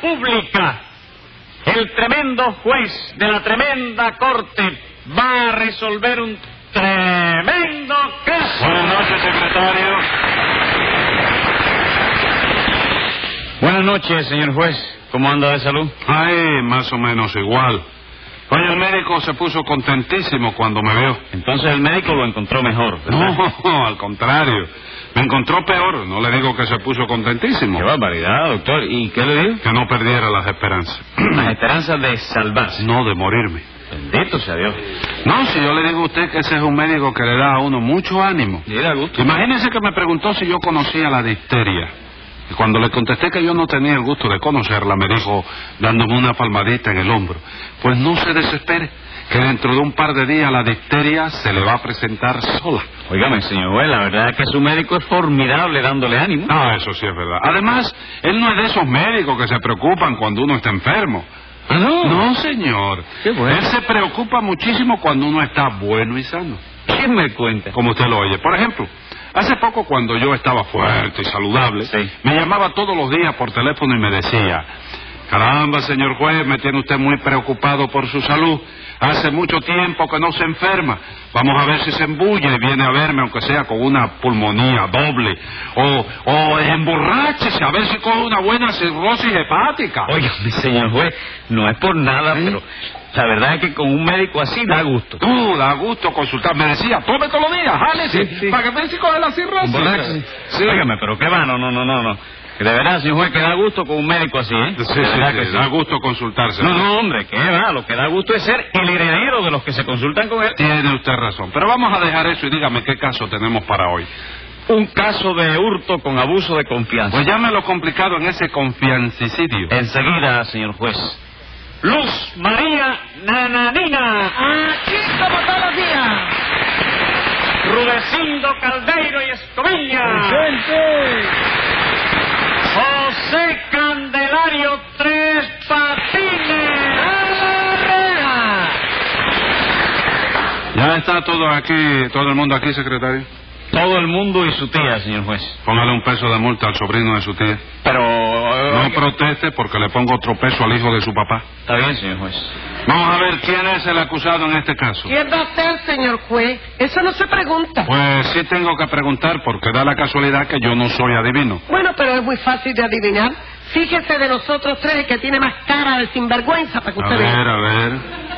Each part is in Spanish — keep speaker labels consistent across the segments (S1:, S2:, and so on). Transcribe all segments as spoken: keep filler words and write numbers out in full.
S1: República, el tremendo juez de la tremenda corte va a resolver un tremendo caso.
S2: Buenas noches, secretario.
S1: Buenas noches, señor juez. ¿Cómo anda de salud?
S2: Ay, más o menos igual. Oye, el médico se puso contentísimo cuando me vio.
S1: Entonces el médico lo encontró mejor, ¿verdad?
S2: No, al contrario. Me encontró peor. No le digo que se puso contentísimo.
S1: Qué barbaridad, doctor. ¿Y qué le dijo?
S2: Que no perdiera las esperanzas.
S1: Las esperanzas de salvarse.
S2: No, de morirme.
S1: Bendito sea Dios.
S2: No, si yo le digo a usted que ese es un médico que le da a uno mucho ánimo.
S1: Y da gusto.
S2: Imagínese que me preguntó si yo conocía la difteria. Y cuando le contesté que yo no tenía el gusto de conocerla, me dijo, dándome una palmadita en el hombro, pues no se desespere, que dentro de un par de días la difteria se le va a presentar sola.
S1: Óigame, señor juez, la verdad es que su médico es formidable dándole ánimo.
S2: Ah, eso sí es verdad. Además, él no es de esos médicos que se preocupan cuando uno está enfermo.
S1: ¿Ah, no?
S2: No, señor.
S1: Qué bueno.
S2: Él se preocupa muchísimo cuando uno está bueno y sano.
S1: ¿Qué me cuenta?
S2: Como usted lo oye. Por ejemplo, hace poco cuando yo estaba fuerte y saludable,
S1: sí,
S2: me llamaba todos los días por teléfono y me decía, caramba, señor juez, me tiene usted muy preocupado por su salud. Hace mucho tiempo que no se enferma. Vamos a ver si se embulla y viene a verme, aunque sea con una pulmonía doble. O, o emborráchese, a ver si coge una buena cirrosis hepática.
S1: Oiga, señor juez, no es por nada,
S2: ¿Eh?
S1: pero la verdad es que con un médico así da gusto.
S2: Tú, da gusto consultar. Me decía, tome todos los días, jálese,
S1: Sí, sí.
S2: para que vea si coge la cirrosis.
S1: Sí.
S2: Sí.
S1: Óigame, pero qué va, no, no, no, no, no. Que de verdad, señor juez, que da gusto con un médico así, ¿eh?
S2: Sí, sí,
S1: De verdad
S2: sí,
S1: que sí.
S2: da gusto consultarse.
S1: No, no, hombre, qué va, lo que da gusto es ser el heredero de los que se consultan con él.
S2: Tiene usted razón. Pero vamos a dejar eso y dígame qué caso tenemos para hoy.
S1: Un caso de hurto con abuso de confianza.
S2: Pues llámelo complicado en ese confiancicidio.
S1: Enseguida, señor juez. Luz María Nananina.
S3: Aquí como todos los días.
S1: Rudecindo Caldeiro y Escoviña.
S3: ¡Presente!
S1: José Candelario Tres Patines.
S2: Ya está todo aquí, todo el mundo aquí, secretario.
S1: Todo el mundo y su tía, señor juez.
S2: Póngale un peso de multa al sobrino de su tía.
S1: Pero...
S2: No
S1: eh,
S2: proteste porque le pongo otro peso al hijo de su papá.
S1: Está bien, señor juez.
S2: Vamos a ver quién es el acusado en este caso.
S3: ¿Quién va a ser, señor juez? Eso no se pregunta.
S2: Pues sí tengo que preguntar porque da la casualidad que yo no soy adivino.
S3: Bueno, pero es muy fácil de adivinar. Fíjese de nosotros tres el que tiene más cara de sinvergüenza para que
S2: A
S3: usted
S2: ver,
S3: vea.
S2: a ver.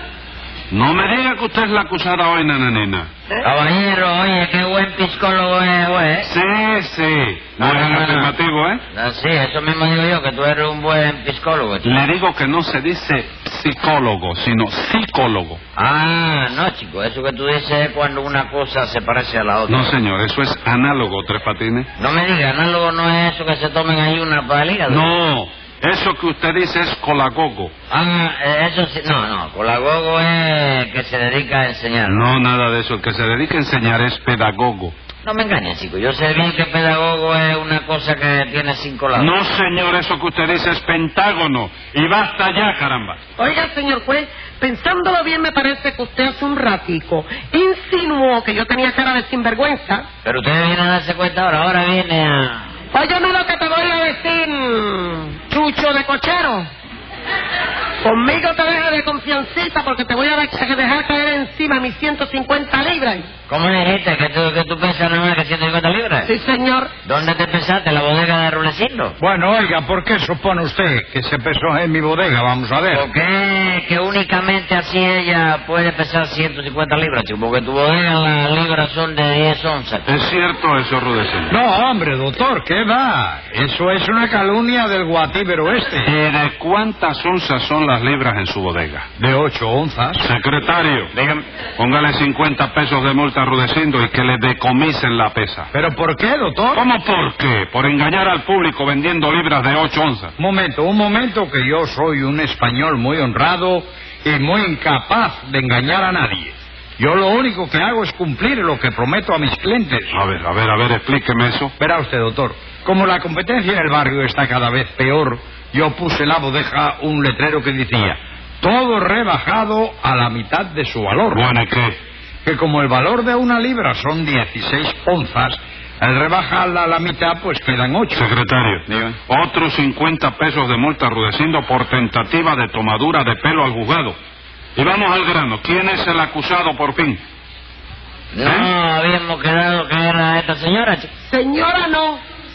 S2: No me diga que usted es la acusada hoy, nananina.
S4: Caballero, oye, qué buen psicólogo es, güey.
S2: Sí, sí. No es
S4: No, no,
S2: en
S4: no.
S2: afirmativo, ¿eh?
S4: No, sí, eso mismo digo yo, que tú eres un buen psicólogo. chico.
S2: Le digo que no se dice psicólogo, sino psicólogo.
S4: Ah, no, chico, eso que tú dices es cuando una cosa se parece a la otra.
S2: No, señor, eso es análogo, Tres Patines.
S4: No me digas, análogo no es eso que se tomen ahí una para el hígado.
S2: No, eso que usted dice es colagogo.
S4: Ah, eh, eso sí, no, no, colagogo es que se dedica a enseñar.
S2: No, nada de eso. El que se dedica a enseñar es pedagogo.
S4: No me engañes, chico, yo sé bien que pedagogo es una cosa que tiene cinco lados.
S2: No, señor, eso que usted dice es pentágono. Y basta ya, caramba.
S3: Oiga, señor juez, pensándolo bien me parece que usted hace un ratico insinuó que yo tenía cara de sinvergüenza.
S4: Pero ustedes vienen a darse cuenta ahora, ahora viene a...
S3: Óyeme lo que te voy a decir, chucho de cochero. Conmigo te deja de confiancita porque te voy a dejar caer encima mis ciento cincuenta libras.
S4: ¿Cómo le dijiste? ¿Que tú, que tú pesas nada más que ciento cincuenta libras?
S3: Sí, señor.
S4: ¿Dónde te pesaste? ¿En la bodega de Rulecindo?
S5: Bueno, oiga, ¿por qué supone usted que se pesó en mi bodega? Vamos a ver.
S4: ¿Por qué que únicamente así ella puede pesar ciento cincuenta libras, chico? Porque tu bodega las libras son de diez onzas.
S2: ¿Es cierto eso, Rudecindo?
S5: No, hombre, doctor, ¿qué va? Eso es una calumnia del guatíbero este.
S2: ¿Y de cuántas onzas son las libras en su bodega?
S5: De ocho onzas.
S2: Secretario,
S1: Dígame.
S2: póngale cincuenta pesos de multa a Rudecindo y que le decomisen la pesa.
S5: ¿Pero por qué, doctor?
S2: ¿Cómo por qué? Por engañar al público vendiendo libras de ocho onzas.
S5: Un momento, un momento, que yo soy un español muy honrado y muy incapaz de engañar a nadie. Yo lo único que hago es cumplir lo que prometo a mis clientes.
S2: A ver, a ver, a ver, explíqueme eso.
S5: Verá usted, doctor, como la competencia en el barrio está cada vez peor, yo puse en la bodega un letrero que decía: todo rebajado a la mitad de su valor.
S2: Bueno, ¿y qué?
S5: Que como el valor de una libra son dieciséis onzas, Al rebajarla a la mitad, pues quedan ocho.
S2: Secretario,
S1: Dígame.
S2: otros cincuenta pesos de multa a Rudecindo por tentativa de tomadura de pelo al juzgado. Y vamos al grano. ¿Quién es el acusado por fin?
S4: No habíamos quedado que era esta señora, chico.
S3: Señora no,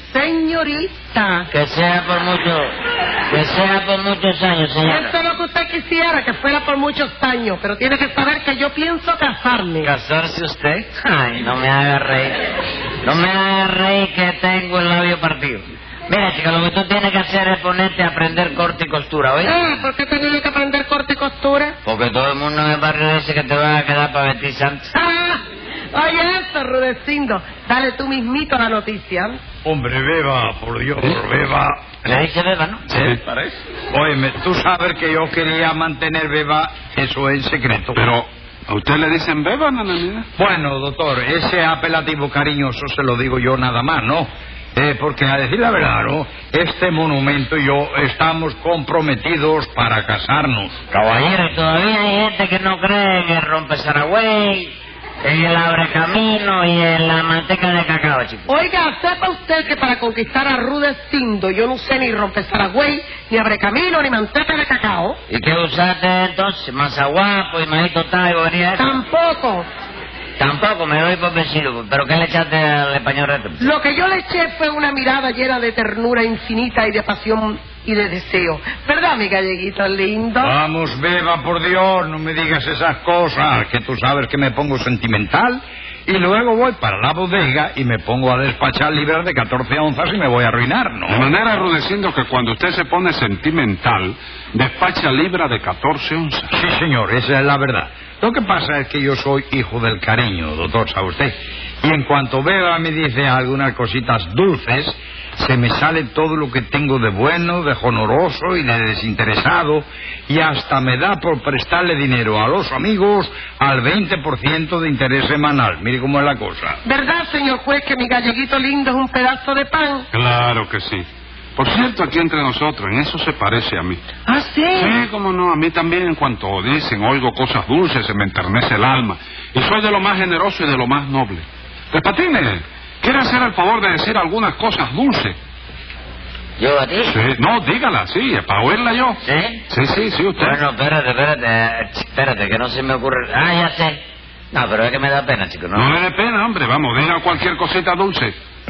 S3: señorita.
S4: Que sea por mucho, que sea por muchos años, señora.
S3: Eso es lo que usted quisiera, que fuera por muchos años, pero tiene que saber que yo pienso casarme.
S4: ¿Casarse usted? Ay, no me haga reír. No me haga reír que tengo el labio partido. Mira, chica, lo que tú tienes que hacer es ponerte a aprender corte y costura, ¿oye?
S3: Eh, ¿por qué tenía que aprender corte y costura?
S4: Porque todo el mundo en el barrio dice que te vas a quedar para vestir santo.
S3: Ah, oye eso, Rudecindo. Dale tú mismito la noticia.
S5: Hombre, Beba, por Dios, Beba.
S4: Le dice Beba, ¿no?
S5: Sí, parece. Óyeme, tú sabes que yo quería mantener, Beba, eso en secreto.
S2: Pero, ¿a usted le dicen beba, nananina?
S5: Bueno, doctor, ese apelativo cariñoso se lo digo yo nada más, ¿no? Eh, porque a decir la verdad, ¿no? Este monumento y yo estamos comprometidos para casarnos.
S4: Caballero, y todavía hay gente que no cree en el rompe Saragüey, en el abre camino y en la manteca de cacao, chico.
S3: Oiga, sepa usted que para conquistar a Rudecindo yo no sé ni romper Saragüey, ni abre camino, ni manteca de cacao.
S4: ¿Y qué usaste entonces? ¿Mazaguapo y maíz total y venía eso?
S3: Tampoco.
S4: Tampoco, me doy por vencido. ¿Pero qué le echaste al español reto?
S3: Lo que yo le eché fue una mirada llena de ternura infinita y de pasión y de deseo. ¿Verdad, mi galleguito lindo?
S5: Vamos, Beba, por Dios, no me digas esas cosas, que tú sabes que me pongo sentimental y luego voy para la bodega y me pongo a despachar libras de catorce onzas y me voy a arruinar, ¿no?
S2: De manera, Rudecindo, que cuando usted se pone sentimental, despacha libra de catorce onzas.
S5: Sí, señor, esa es la verdad. Lo que pasa es que yo soy hijo del cariño, doctor, ¿sabe usted? Y en cuanto Beba me dice algunas cositas dulces, se me sale todo lo que tengo de bueno, de honoroso y de desinteresado, y hasta me da por prestarle dinero a los amigos al veinte por ciento de interés semanal. Mire cómo es la cosa.
S3: ¿Verdad, señor juez, que mi galleguito lindo es un pedazo de pan?
S2: Claro que sí. Por cierto, aquí entre nosotros, en eso se parece a mí.
S3: ¿Ah, sí?
S2: Sí, cómo no, a mí también en cuanto dicen, oigo cosas dulces, se me enternece el alma. Y soy de lo más generoso y de lo más noble. Tres Patines, ¿quiere hacer el favor de decir algunas cosas dulces?
S4: ¿Yo a ti?
S2: Sí, no, dígala, sí, para oírla yo.
S4: ¿Sí?
S2: Sí, sí, sí, usted.
S4: Bueno, espérate, espérate, espérate, que no se me ocurre... Ah, ya sé. No, pero es que me da pena, chico, ¿no?
S2: No le dé pena, hombre, vamos, diga cualquier cosita dulce.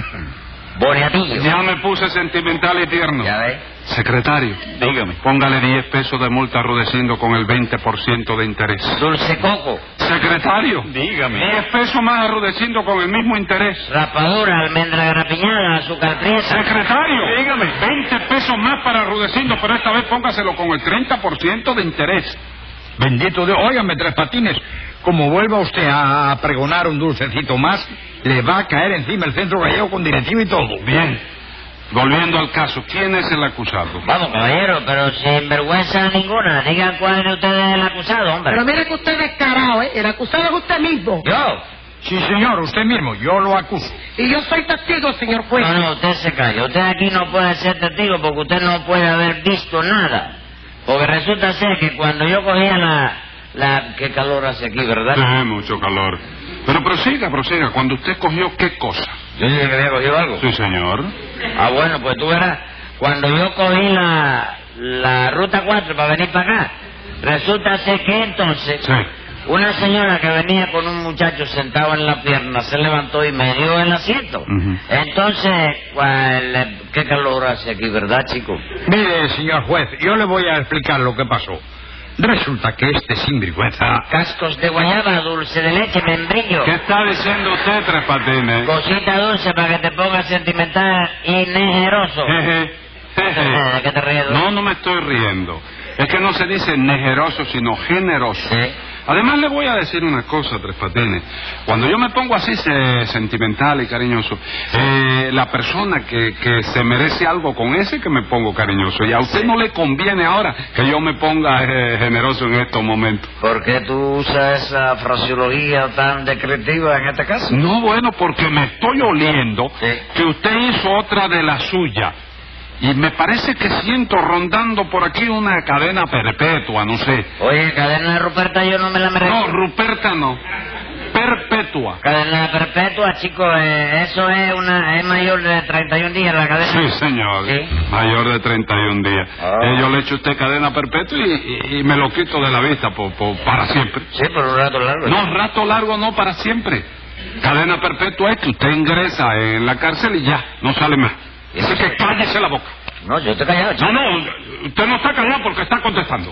S4: Boniatillo.
S2: Ya me puse sentimental y tierno.
S4: Ya ves.
S2: Secretario,
S1: Dígame.
S2: póngale diez pesos de multa a Rudecindo con el veinte por ciento de interés.
S4: Dulce coco.
S2: Secretario,
S1: Dígame.
S2: diez pesos más a Rudecindo con el mismo interés.
S4: Rapadura, almendra grapiñada, azúcar prieta.
S2: Secretario,
S1: Dígame.
S2: veinte pesos más para Rudecindo, pero esta vez póngaselo con el treinta por ciento de interés.
S5: Bendito Dios, óigame, Tres Patines, como vuelva usted a pregonar un dulcecito más, le va a caer encima el centro gallego con directiva y todo.
S2: Bien, volviendo al caso, ¿quién es el acusado?
S4: Vamos, caballero, pero sin vergüenza ninguna. Digan cuál es usted el acusado, hombre.
S3: Pero mire que usted es descarado, ¿eh? El acusado es usted mismo.
S4: ¿Yo?
S5: Sí, señor, usted mismo, yo lo acuso.
S3: Y yo soy testigo, señor juez.
S4: No, no, usted se calla. Usted aquí no puede ser testigo porque usted no puede haber visto nada. Porque resulta ser que cuando yo cogía la... la ¿qué calor hace aquí, verdad?
S2: Sí, mucho calor. Pero prosiga, prosiga, cuando usted cogió qué cosa.
S4: Yo dije que había cogido algo.
S2: Sí, señor.
S4: Ah, bueno, pues tú verás. Cuando yo cogí la, la ruta cuatro para venir para acá, resulta ser que entonces...
S2: Sí.
S4: Una señora que venía con un muchacho sentado en la pierna se levantó y me dio el asiento.
S2: Ujú.
S4: Entonces, ¿cuál, ¿qué calor hace aquí, verdad, chico?
S5: Mire, señor juez, yo le voy a explicar lo que pasó. Resulta que este sinvergüenza...
S4: Cascos de guayaba, dulce de leche, membrillo.
S2: ¿Qué está diciendo usted, Tres Patines?
S4: Cosita dulce para que te pongas sentimental y nejeroso.
S2: Jeje, jeje.
S4: ¿Qué te ríes?
S2: No, no me estoy riendo. Es que no se dice negeroso, sino generoso.
S4: Sí.
S2: Además, le voy a decir una cosa, Tres Patines. Cuando yo me pongo así se- sentimental y cariñoso, eh, la persona que, que se merece algo con ese que me pongo cariñoso. Y a usted no le conviene ahora que yo me ponga eh, generoso en estos momentos.
S4: ¿Por qué tú usas esa fraseología tan descriptiva en este caso?
S2: No, bueno, porque me estoy oliendo
S4: Sí.
S2: que usted hizo otra de la suya. Y me parece que siento rondando por aquí una cadena perpetua, no sé.
S4: Oye, cadena de Ruperta yo no me la merezco.
S2: No, Ruperta no. perpetua.
S4: Cadena perpetua, chico, eh, eso es una es mayor de treinta y un días la cadena.
S2: Sí, señor.
S4: ¿Sí?
S2: Mayor de treinta y un días.
S4: Ah.
S2: Eh, yo le echo a usted cadena perpetua y, y- y me lo quito de la vista por, por- para siempre.
S4: Sí, por un rato largo.
S2: No, rato largo no, para siempre. Cadena perpetua es que usted ingresa en la cárcel y ya, no sale más. Así que cállese la boca.
S4: No, yo estoy callado, chico.
S2: No, no, usted no está callado porque está contestando.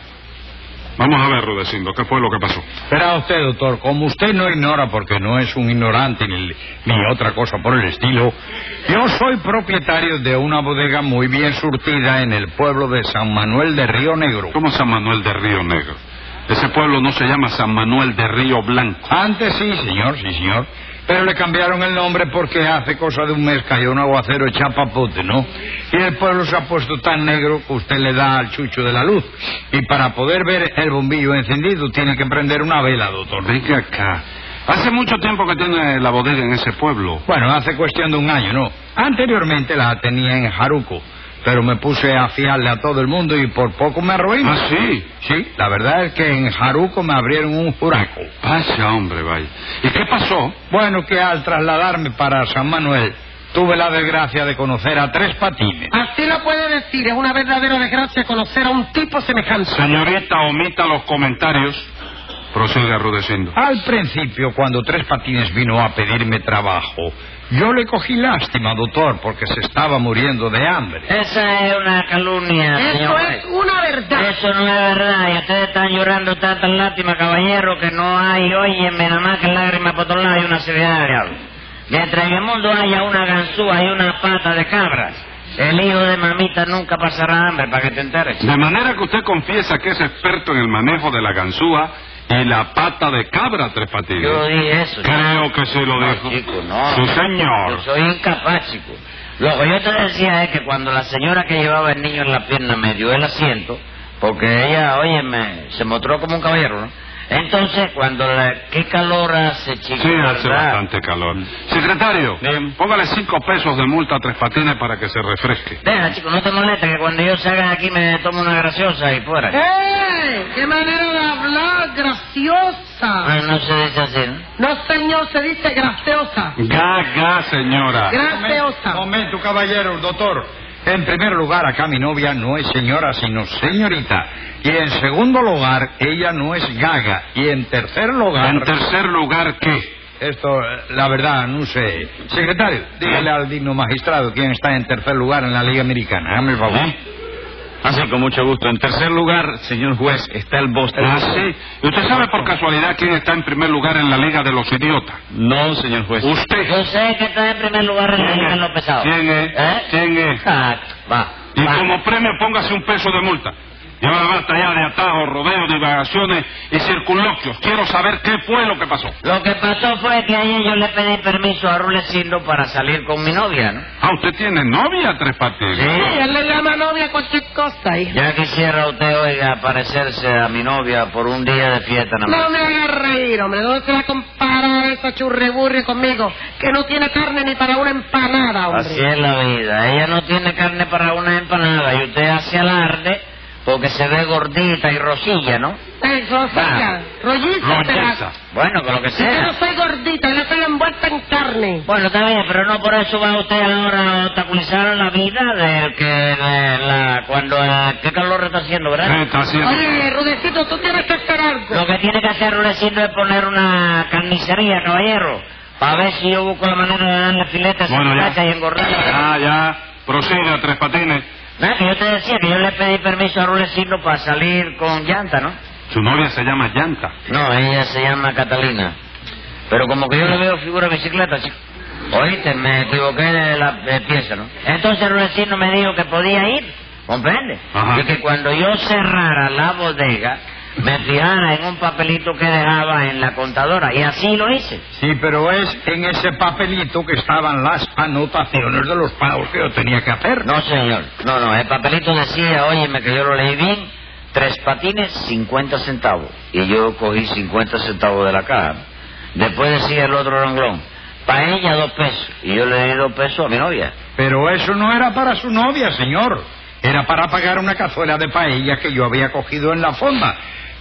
S2: Vamos a ver, Rudecindo, ¿qué fue lo que pasó?
S5: Verá usted, doctor, como usted no ignora porque no es un ignorante ni, ni otra cosa por el estilo, yo soy propietario de una bodega muy bien surtida en el pueblo de San Manuel de Río Negro.
S2: ¿Cómo San Manuel de Río Negro? Ese pueblo no se llama San Manuel de Río Blanco.
S5: Antes sí, señor, sí, señor. Pero le cambiaron el nombre porque hace cosa de un mes cayó un aguacero chapapote, ¿no? Y el pueblo se ha puesto tan negro que usted le da al chucho de la luz. Y para poder ver el bombillo encendido tiene que prender una vela, doctor.
S2: Venga acá. Hace mucho tiempo que tiene la bodega en ese pueblo.
S5: Bueno, hace cuestión de un año, ¿no? Anteriormente la tenía en Jaruco, pero me puse a fiarle a todo el mundo y por poco me arruiné.
S2: Ah, sí.
S5: Sí, la verdad es que en Jaruco me abrieron un juraco.
S2: Vaya, hombre, vaya. ¿Y qué pasó?
S5: Bueno, que al trasladarme para San Manuel, tuve la desgracia de conocer a Tres Patines.
S3: Así lo puede decir, es una verdadera desgracia conocer a un tipo semejante.
S2: Señorita, omita los comentarios. Prosiga, Rudecindo.
S5: Al principio, cuando Tres Patines vino a pedirme trabajo, yo le cogí lástima, doctor, porque se estaba muriendo de hambre.
S4: Esa es una calumnia,
S3: Eso
S4: señor
S3: es
S4: juez.
S3: una verdad.
S4: Eso no es verdad, y ustedes están llorando tanta lástima, caballero, que no hay, óyeme, nada más que lágrimas por todos lados y una seriedad de diablo. Mientras en el mundo haya una ganzúa y una pata de cabras, el hijo de mamita nunca pasará hambre, para que te enteres.
S2: De manera que usted confiesa que es experto en el manejo de la ganzúa y la pata de cabra, Tres Patines.
S4: Yo dije eso.
S2: Creo que sí lo
S4: No,
S2: dijo.
S4: chico, no.
S2: Sí, señor.
S4: Yo soy incapaz, chico. Lo que yo te decía es que cuando la señora que llevaba el niño en la pierna me dio el asiento, porque ella, óyeme, se mostró como un caballero, ¿no? Entonces, cuando la... ¿Qué calor hace, chico?
S2: Sí, hace
S4: ¿verdad?
S2: bastante calor. Secretario, póngale cinco pesos de multa a Tres Patines para que se refresque.
S4: Deja, chico, no te molestes que cuando yo salga de aquí me tomo una graciosa y fuera.
S3: ¡Eh! ¡Qué manera de hablar! ¡Graciosa!
S4: Ah, no se dice así, ¿no?
S3: No, señor, se dice graciosa.
S2: Gaga, señora.
S3: Graciosa.
S5: Momento, caballero, doctor. En primer lugar, acá mi novia no es señora, sino señorita. Y en segundo lugar, ella no es gaga. Y en tercer lugar...
S2: En tercer lugar, ¿qué?
S5: Esto, eh, la verdad, no sé. Secretario, dígale al digno magistrado quién está en tercer lugar en la Liga Americana. Hágame el favor.
S1: ¿Eh? Así, con mucho gusto. En tercer lugar, señor juez, está el Boston.
S2: Ah, sí. ¿Y usted sabe por casualidad quién está en primer lugar en la Liga de los Idiotas?
S1: No, señor juez.
S2: Usted.
S4: Yo sé que está en primer lugar en la liga en los pesados.
S2: ¿Quién es?
S4: ¿Eh?
S2: ¿Quién es?
S4: Ah, va.
S2: Y
S4: va.
S2: como premio póngase un peso de multa. Y ahora basta ya de atajos, rodeos, divagaciones y circunloquios. Quiero saber qué fue lo que pasó.
S4: Lo que pasó fue que ayer yo le pedí permiso a Rulecindo para salir con mi novia, ¿no?
S2: Ah, ¿usted tiene novia, Tres Patines?
S4: Sí.
S3: Sí, él le llama novia a cualquier cosa, hija.
S4: Ya quisiera usted, oiga, parecerse a mi novia por un día de fiesta nada
S3: No
S4: más.
S3: me haga reír, hombre. ¿Dónde se va a comparar esa churreburri conmigo? Que no tiene carne ni para una empanada, hombre.
S4: Así es la vida. Ella no tiene carne para una empanada y usted hace alarde porque se ve gordita y rosilla, ¿no?
S3: Eh, Rosita, rolliza,
S2: Rolleza.
S3: pedazo.
S4: Bueno, que lo que
S3: Si yo no
S4: sea.
S3: soy gordita, yo estoy envuelta en carne.
S4: Bueno, está bien, pero no por eso va usted ahora a obstaculizar la vida del que de la cuando eh, qué calor está haciendo,
S2: ¿Qué
S4: ¿verdad?
S2: está haciendo?
S3: Oye, Rudecito, tú tienes que hacer algo.
S4: Lo que tiene que hacer Rulecindo es poner una carnicería, caballero, para ver si yo busco la manera de darle filetes a
S2: Bueno,
S4: esa
S2: ya.
S4: muchacha y engordarla.
S2: Ya, ya. Prosiga, Tres Patines.
S4: Nada, que yo te decía que yo le pedí permiso a Rulecindo para salir con Llanta, ¿no?
S2: Su novia se llama Llanta.
S4: No, ella se llama Catalina. Pero como que yo le veo figura de bicicleta, chico. Oíste, me equivoqué de la de pieza, ¿no? Entonces Rulecindo me dijo que podía ir, ¿comprende?
S2: Ajá.
S4: Y que cuando yo cerrara la bodega, me fijara en un papelito que dejaba en la contadora. Y así lo hice.
S5: Sí, pero es en ese papelito que estaban las anotaciones de los pagos que yo tenía que hacer.
S4: No, señor. No, no, el papelito decía, óyeme, que yo lo leí bien, tres patines, cincuenta centavos. Y yo cogí cincuenta centavos de la caja. Después decía el otro renglón, para ella dos pesos. Y yo le di dos pesos a mi novia.
S5: Pero eso no era para su novia, señor. Era para pagar una cazuela de paella que yo había cogido en la fonda.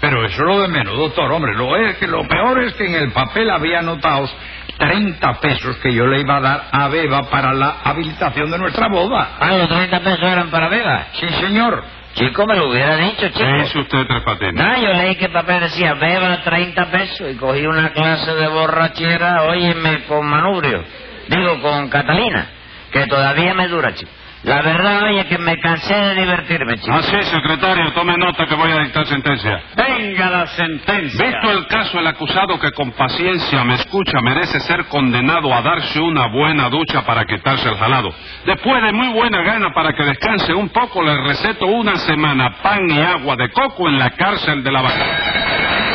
S5: Pero eso es lo de menos, doctor. Hombre, lo, es que lo peor es que en el papel había anotados treinta pesos que yo le iba a dar a Beba para la habilitación de nuestra boda.
S4: Ah, los treinta pesos eran para Beba.
S5: Sí, señor.
S4: Chico, me lo hubiera dicho, chico.
S2: ¿Qué hizo usted, Tres Patines?
S4: No, yo leí que el papel decía Beba treinta pesos y cogí una clase de borrachera, óyeme, con Manubrio. Digo, con Catalina, que todavía me dura, chico. La verdad, oye, que me cansé de divertirme, chico.
S2: Ah, sí, secretario, tome nota que voy a dictar sentencia.
S1: Venga la sentencia.
S2: Visto el caso, el acusado que con paciencia me escucha merece ser condenado a darse una buena ducha para quitarse el jalado. Después de muy buena gana para que descanse un poco, le receto una semana pan y agua de coco en la cárcel de La Vaca.